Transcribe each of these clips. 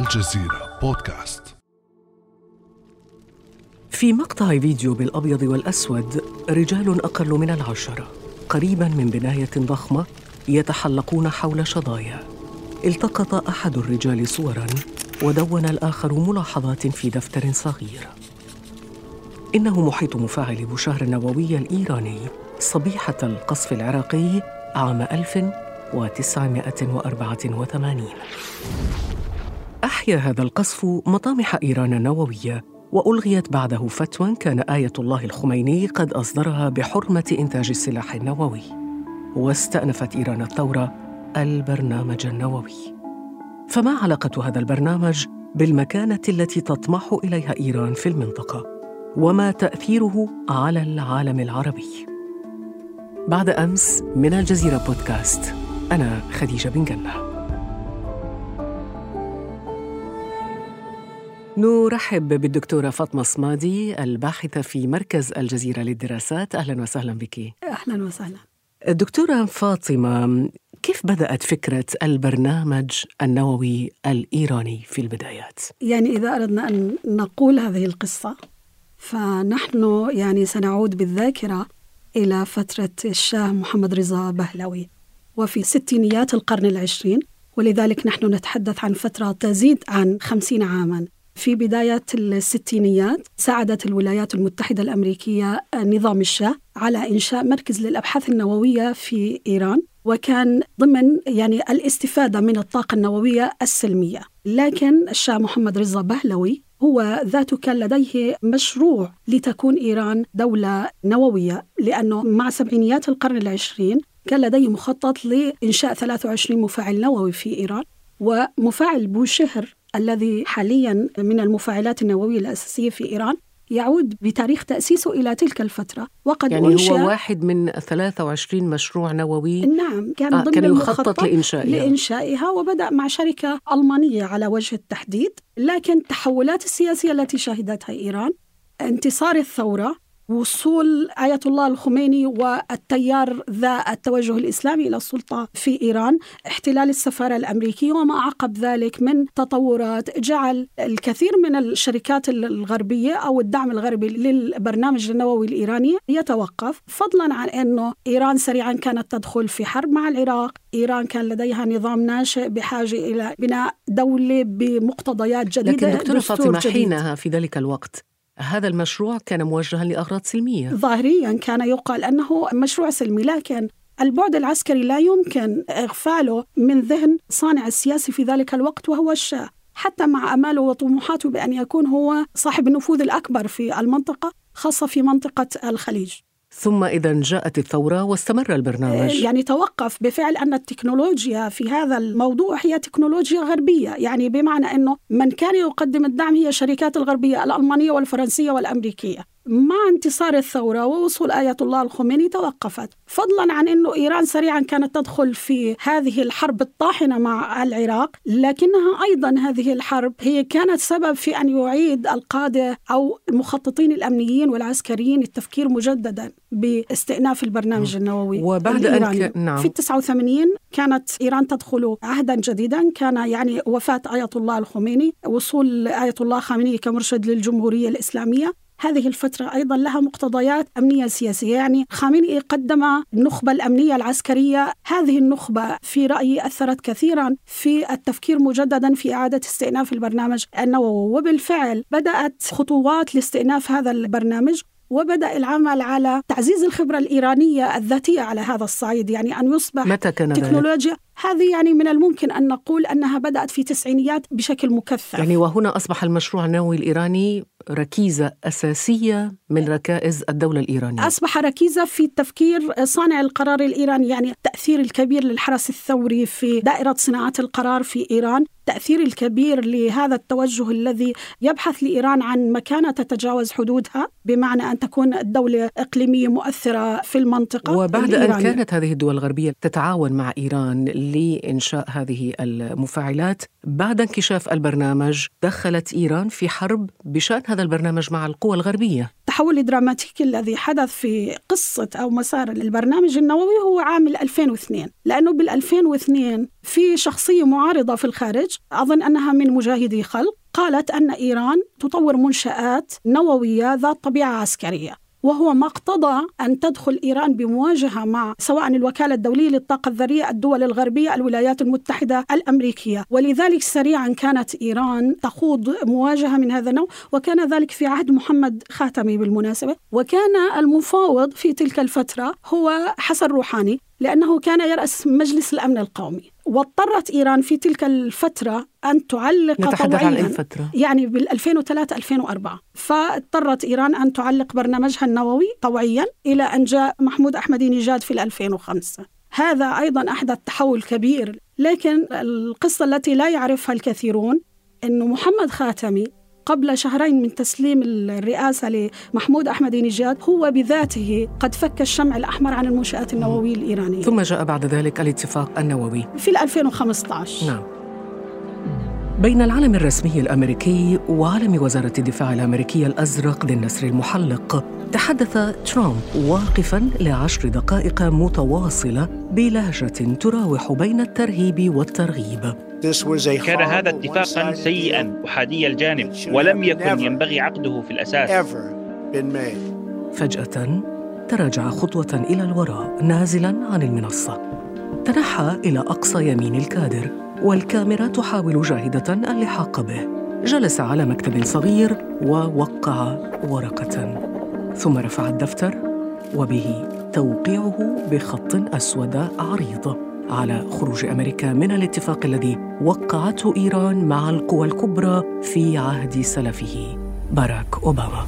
الجزيرة بودكاست. في مقطع فيديو بالأبيض والأسود رجال أقل من 10 قريباً من بناية ضخمة يتحلقون حول شظايا. التقط أحد الرجال صوراً ودون الآخر ملاحظات في دفتر صغير. إنه محيط مفاعل بوشهر النووي الإيراني صبيحة القصف العراقي عام 1984. أحيا هذا القصف مطامح إيران النووية، وألغيت بعده فتوى كان آية الله الخميني قد أصدرها بحرمة إنتاج السلاح النووي. واستأنفت إيران الثورة البرنامج النووي. فما علاقة هذا البرنامج بالمكانة التي تطمح إليها إيران في المنطقة؟ وما تأثيره على العالم العربي؟ بعد أمس من الجزيرة بودكاست، أنا خديجة بن جنة. نرحب بالدكتورة فاطمة صمادي، الباحثة في مركز الجزيرة للدراسات. أهلاً وسهلاً بك. أهلاً وسهلاً. دكتورة فاطمة، كيف بدأت فكرة البرنامج النووي الإيراني في البدايات؟ يعني إذا أردنا أن نقول هذه القصة فنحن سنعود بالذاكرة إلى فترة الشاه محمد رضا بهلوي وفي ستينيات القرن العشرين، ولذلك نحن نتحدث عن فترة تزيد عن 50 عاماً. في بداية الستينيات ساعدت الولايات المتحدة الأمريكية نظام الشاه على إنشاء مركز للأبحاث النووية في إيران، وكان ضمن الاستفادة من الطاقة النووية السلمية. لكن الشاه محمد رضا بهلوي هو ذاته كان لديه مشروع لتكون إيران دولة نووية، لأنه مع سبعينيات القرن العشرين كان لديه مخطط لإنشاء 23 مفاعل نووي في إيران. ومفاعل بوشهر الذي حالياً من المفاعلات النووية الأساسية في إيران يعود بتاريخ تأسيسه إلى تلك الفترة، وقد هو واحد من 23 مشروع نووي. نعم، كان يخطط لإنشائها، وبدأ مع شركة ألمانية على وجه التحديد. لكن التحولات السياسية التي شهدتها إيران، انتصار الثورة، وصول آية الله الخميني والتيار ذا التوجه الإسلامي إلى السلطة في إيران، احتلال السفارة الأمريكية وما عقب ذلك من تطورات، جعل الكثير من الشركات الغربية أو الدعم الغربي للبرنامج النووي الإيراني يتوقف، فضلاً عن أنه إيران سريعاً كانت تدخل في حرب مع العراق. إيران كان لديها نظام ناشئ بحاجة إلى بناء دولة بمقتضيات جديدة. لكن دكتورة فاطمة، حينها في ذلك الوقت هذا المشروع كان موجها لأغراض سلمية. ظاهرياً كان يقال أنه مشروع سلمي، لكن البعد العسكري لا يمكن إغفاله من ذهن صانع السياسي في ذلك الوقت وهو الشاه، حتى مع أماله وطموحاته بأن يكون هو صاحب النفوذ الأكبر في المنطقة، خاصة في منطقة الخليج. ثم إذا جاءت الثورة واستمر البرنامج. توقف بالفعل أن التكنولوجيا في هذا الموضوع هي تكنولوجيا غربية، بمعنى أنه من كان يقدم الدعم هي الشركات الغربية الألمانية والفرنسية والأمريكية. مع انتصار الثورة ووصول آية الله الخميني توقفت، فضلا عن أنه إيران سريعا كانت تدخل في هذه الحرب الطاحنة مع العراق، لكنها أيضا هذه الحرب هي كانت سبب في أن يعيد القادة أو المخططين الأمنيين والعسكريين التفكير مجددا باستئناف البرنامج النووي. وبعد أن في 89 كانت إيران تدخل عهدا جديدا، كان وفاة آية الله الخميني، وصول آية الله الخميني كمرشد للجمهورية الإسلامية. هذه الفترة أيضا لها مقتضيات أمنية سياسية، خامنئي قدم النخبة الأمنية العسكرية. هذه النخبة في رأيي أثرت كثيرا في التفكير مجددا في إعادة استئناف البرنامج النووي، وبالفعل بدأت خطوات لاستئناف هذا البرنامج، وبدأ العمل على تعزيز الخبرة الإيرانية الذاتية على هذا الصعيد، أن يصبح متى كان تكنولوجيا هذه من الممكن أن نقول أنها بدأت في التسعينيات بشكل مكثف. وهنا أصبح المشروع النووي الإيراني ركيزة أساسية من ركائز الدولة الإيرانية، أصبح ركيزة في تفكير صانع القرار الإيراني، التأثير الكبير للحرس الثوري في دائرة صناعة القرار في إيران، التأثير الكبير لهذا التوجه الذي يبحث لإيران عن مكانة تتجاوز حدودها، بمعنى أن تكون الدولة إقليمية مؤثرة في المنطقة. وبعد أن كانت هذه الدول الغربية تتعاون مع إيران لإنشاء هذه المفاعلات، بعد انكشاف البرنامج دخلت إيران في حرب بشأن هذا البرنامج مع القوى الغربية. التحول الدراماتيكي الذي حدث في قصة أو مسار البرنامج النووي هو عام 2002، لأنه بال2002 في شخصية معارضة في الخارج، أظن أنها من مجاهدي خلق، قالت أن إيران تطور منشآت نووية ذات طبيعة عسكرية، وهو ما اقتضى أن تدخل إيران بمواجهة مع سواء الوكالة الدولية للطاقة الذرية، الدول الغربية، الولايات المتحدة الأمريكية. ولذلك سريعا كانت إيران تخوض مواجهة من هذا النوع، وكان ذلك في عهد محمد خاتمي بالمناسبة، وكان المفاوض في تلك الفترة هو حسن روحاني، لأنه كان يرأس مجلس الأمن القومي. واضطرت إيران في تلك الفترة أن تعلق نتحدث عن أي فترة؟ يعني بال2003-2004، فاضطرت إيران أن تعلق برنامجها النووي طوعيا إلى أن جاء محمود أحمدي نژاد في 2005. هذا أيضا أحدث تحول كبير. لكن القصة التي لا يعرفها الكثيرون أن محمد خاتمي قبل شهرين من تسليم الرئاسة لمحمود أحمدي نژاد هو بذاته قد فك الشمع الأحمر عن المنشآت النووية الإيرانية. ثم جاء بعد ذلك الاتفاق النووي في 2015. نعم. بين العلم الرسمي الأمريكي وعلم وزارة الدفاع الأمريكية الأزرق ذي النسر المحلق، تحدث ترامب واقفاً ل10 دقائق متواصلة بلهجة تراوح بين الترهيب والترغيب. كان هذا اتفاقاً سيئاً وحادي الجانب، ولم يكن ينبغي عقده في الأساس. فجأة تراجع خطوة إلى الوراء نازلاً عن المنصة، تنحى إلى أقصى يمين الكادر والكاميرا تحاول جاهدة اللحاق به. جلس على مكتب صغير ووقع ورقة، ثم رفع الدفتر وبه توقيعه بخط أسود عريض على خروج أمريكا من الاتفاق الذي وقعته إيران مع القوى الكبرى في عهد سلفه باراك أوباما.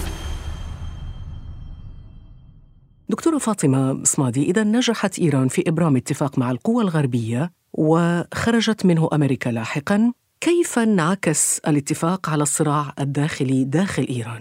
دكتورة فاطمة صمادي، إذا نجحت إيران في إبرام اتفاق مع القوى الغربية وخرجت منه أمريكا لاحقاً، كيف انعكس الاتفاق على الصراع الداخلي داخل إيران؟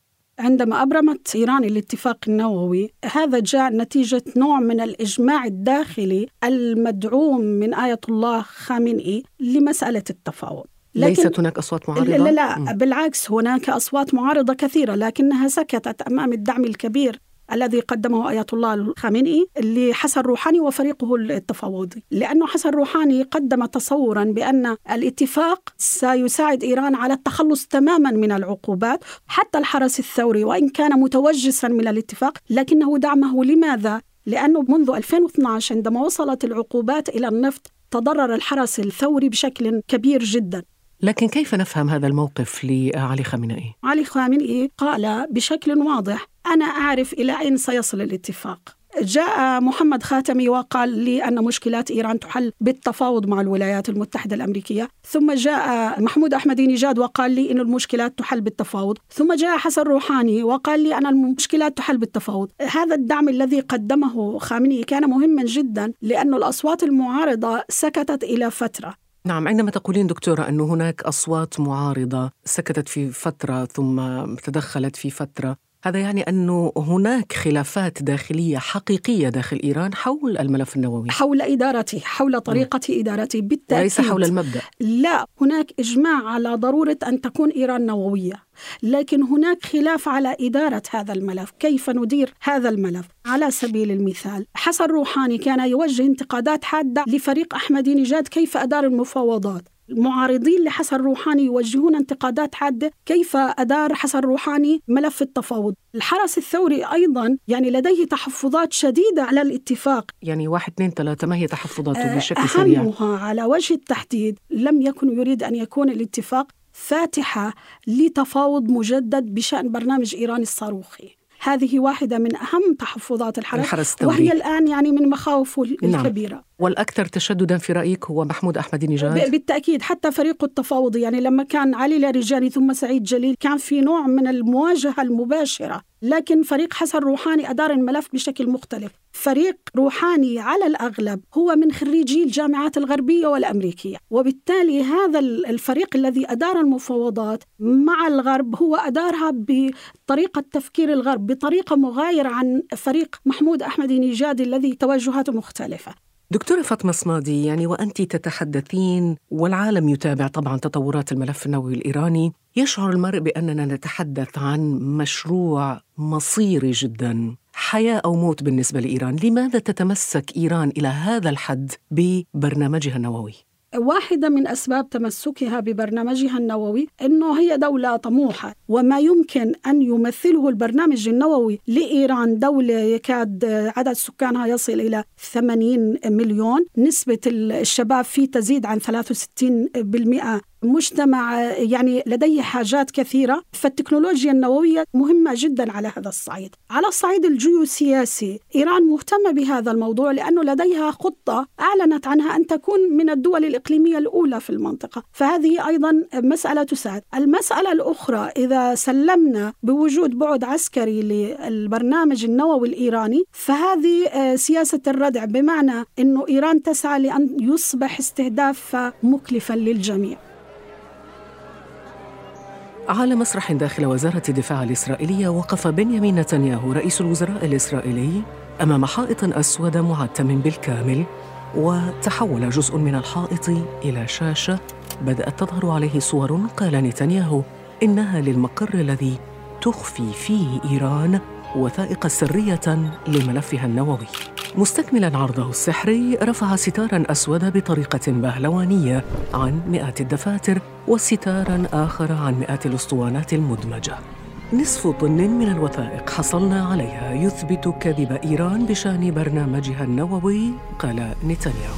عندما أبرمت إيران الاتفاق النووي، هذا جاء نتيجة نوع من الإجماع الداخلي المدعوم من آية الله خامنئي لمسألة التفاوض. ليست هناك أصوات معارضة؟ لا، بالعكس، هناك أصوات معارضة كثيرة، لكنها سكتت أمام الدعم الكبير الذي قدمه آية الله الخامنئي لحسن روحاني وفريقه التفاوضي، لأنه حسن روحاني قدم تصوراً بأن الاتفاق سيساعد إيران على التخلص تماماً من العقوبات. حتى الحرس الثوري وإن كان متوجساً من الاتفاق لكنه دعمه. لماذا؟ لأنه منذ 2012 عندما وصلت العقوبات إلى النفط تضرر الحرس الثوري بشكل كبير جداً. لكن كيف نفهم هذا الموقف لعلي خامنئي؟ علي خامنئي قال بشكل واضح: أنا أعرف إلى أين سيصل الاتفاق. جاء محمد خاتمي وقال لي أن مشكلات إيران تحل بالتفاوض مع الولايات المتحدة الأمريكية، ثم جاء محمود أحمدي نژاد وقال لي أن المشكلات تحل بالتفاوض، ثم جاء حسن روحاني وقال لي أن المشكلات تحل بالتفاوض. هذا الدعم الذي قدمه خامنئي كان مهما جدا، لأن الأصوات المعارضة سكتت إلى فترة. نعم، عندما تقولين دكتورة أن هناك أصوات معارضة سكتت في فترة ثم تدخلت في فترة، هذا يعني أنه هناك خلافات داخلية حقيقية داخل إيران حول الملف النووي، حول إدارته، حول طريقة إدارته بالتأكيد، وليس حول المبدأ. لا، هناك إجماع على ضرورة أن تكون إيران نووية، لكن هناك خلاف على إدارة هذا الملف، كيف ندير هذا الملف. على سبيل المثال، حسن روحاني كان يوجه انتقادات حادة لفريق أحمدي نژاد كيف أدار المفاوضات. المعارضين لحسن روحاني يوجهون انتقادات حادة كيف أدار حسن روحاني ملف التفاوض. الحرس الثوري أيضاً يعني لديه تحفظات شديدة على الاتفاق. يعني 1 2 3 ما هي تحفظاته بشكل سريع؟ أهمها على وجه التحديد: لم يكن يريد أن يكون الاتفاق فاتحة لتفاوض مجدد بشأن برنامج إيران الصاروخي. هذه واحدة من أهم تحفظات الحرس وهي الآن يعني من مخاوفه الكبيرة. نعم. والأكثر تشدداً في رأيك هو محمود أحمدي نژاد؟ بالتأكيد، حتى فريق التفاوض يعني لما كان علي لاريجاني ثم سعيد جليل كان في نوع من المواجهة المباشرة، لكن فريق حسن روحاني أدار الملف بشكل مختلف. فريق روحاني على الأغلب هو من خريجي الجامعات الغربية والأمريكية، وبالتالي هذا الفريق الذي أدار المفاوضات مع الغرب هو أدارها بطريقة تفكير الغرب، بطريقة مغايرة عن فريق محمود أحمدي نژاد الذي توجهاته مختلفة. دكتورة فاطمة صمادي، يعني وأنت تتحدثين والعالم يتابع طبعاً تطورات الملف النووي الإيراني، يشعر المرء بأننا نتحدث عن مشروع مصيري جداً، حياة أو موت بالنسبة لإيران. لماذا تتمسك إيران إلى هذا الحد ببرنامجها النووي؟ واحدة من أسباب تمسكها ببرنامجها النووي أنه هي دولة طموحة، وما يمكن أن يمثله البرنامج النووي لإيران، دولة يكاد عدد سكانها يصل إلى 80 مليون، نسبة الشباب فيه تزيد عن 63%، مجتمع يعني لديه حاجات كثيرة. فالتكنولوجيا النووية مهمة جدا على هذا الصعيد. على الصعيد الجيوسياسي، إيران مهتمة بهذا الموضوع لأنه لديها خطة أعلنت عنها أن تكون من الدول الإقليمية الأولى في المنطقة، فهذه أيضا مسألة تساعد. المسألة الأخرى، إذا سلمنا بوجود بعد عسكري للبرنامج النووي الإيراني، فهذه سياسة الردع، بمعنى أنه إيران تسعى لأن يصبح استهداف مكلفا للجميع. على مسرح داخل وزارة الدفاع الإسرائيلية، وقف بنيامين نتنياهو رئيس الوزراء الإسرائيلي أمام حائط أسود معتم بالكامل، وتحول جزء من الحائط إلى شاشة بدأت تظهر عليه صور. قال نتنياهو إنها للمقر الذي تخفي فيه إيران وثائق سرية لملفها النووي. مستكملاً عرضه السحري، رفع ستاراً أسود بطريقة بهلوانية عن مئات الدفاتر، وستاراً آخر عن مئات الأسطوانات المدمجة. نصف طن من الوثائق حصلنا عليها يثبت كذب إيران بشأن برنامجها النووي، قال نتنياهو.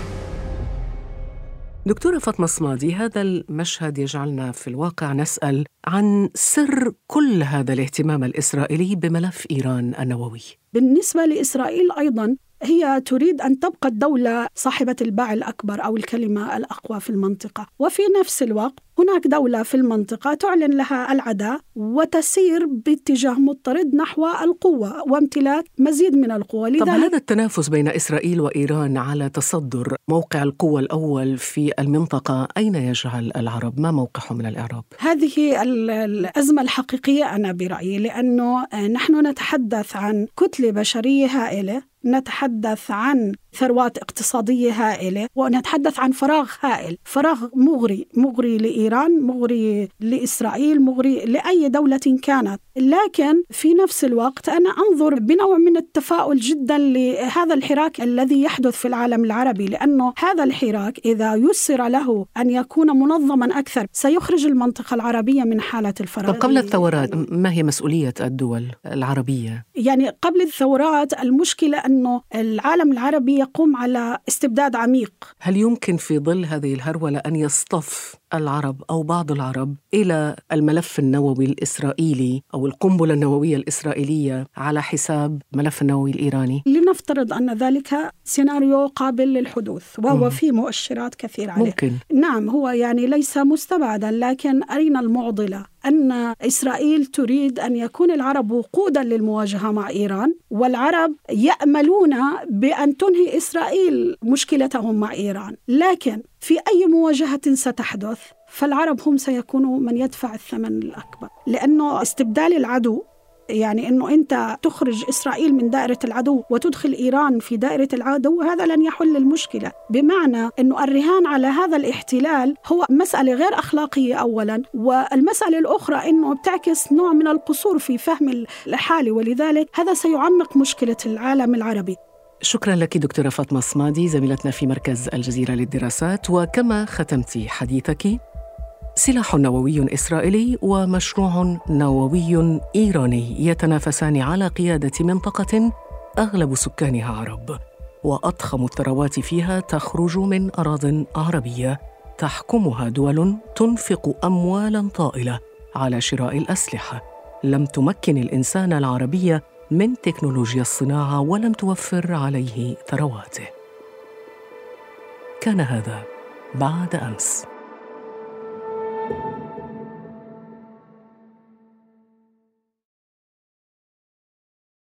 دكتورة فاطمة صمادي، هذا المشهد يجعلنا في الواقع نسأل عن سر كل هذا الاهتمام الإسرائيلي بملف إيران النووي. بالنسبة لإسرائيل أيضاً، هي تريد أن تبقى الدولة صاحبة الباع الأكبر أو الكلمة الأقوى في المنطقة، وفي نفس الوقت هناك دولة في المنطقة تعلن لها العداء وتسير باتجاه مضطرد نحو القوة وامتلاك مزيد من القوة. طب هذا التنافس بين إسرائيل وإيران على تصدر موقع القوة الأول في المنطقة أين يجعل العرب؟ ما موقعهم من الإعراب؟ هذه الأزمة الحقيقية أنا برأيي، لأنه نحن نتحدث عن كتلة بشرية هائلة، نتحدث عن ثروات اقتصادية هائلة، ونتحدث عن فراغ هائل، فراغ مغري لإيران، مغري لإسرائيل، مغري لأي دولة كانت. لكن في نفس الوقت أنا أنظر بنوع من التفاؤل جدا لهذا الحراك الذي يحدث في العالم العربي، لأنه هذا الحراك إذا يسر له أن يكون منظما أكثر سيخرج المنطقة العربية من حالة الفراغ. طب قبل الثورات ما هي مسؤولية الدول العربية؟ يعني قبل الثورات المشكلة أنه العالم العربي يقوم على استبداد عميق. هل يمكن في ظل هذه الهرولة أن يصطف العرب أو بعض العرب إلى الملف النووي الإسرائيلي أو القنبلة النووية الإسرائيلية على حساب ملف النووي الإيراني؟ لنفترض أن ذلك سيناريو قابل للحدوث، وهو فيه مؤشرات كثيرة عليه. ممكن. نعم، هو يعني ليس مستبعدا، لكن أين المعضلة؟ أن إسرائيل تريد أن يكون العرب وقودا للمواجهة مع إيران، والعرب يأملون بأن تنهي إسرائيل مشكلتهم مع إيران. لكن في أي مواجهة ستحدث فالعرب هم سيكونوا من يدفع الثمن الأكبر، لأنه استبدال العدو، يعني أنه أنت تخرج إسرائيل من دائرة العدو وتدخل إيران في دائرة العدو، هذا لن يحل المشكلة. بمعنى أنه الرهان على هذا الاحتلال هو مسألة غير أخلاقية أولا، والمسألة الأخرى أنه بتعكس نوع من القصور في فهم الحالة، ولذلك هذا سيعمق مشكلة العالم العربي. شكرا لك دكتورة فاطمة صمادي، زميلتنا في مركز الجزيرة للدراسات. وكما ختمت حديثك، سلاح نووي إسرائيلي ومشروع نووي إيراني يتنافسان على قيادة منطقة أغلب سكانها عرب، وأضخم الثروات فيها تخرج من أراضٍ عربية تحكمها دول تنفق أموالاً طائلة على شراء الأسلحة لم تمكن الإنسان العربي من تكنولوجيا الصناعة ولم توفر عليه ثرواته. كان هذا بعد أمس.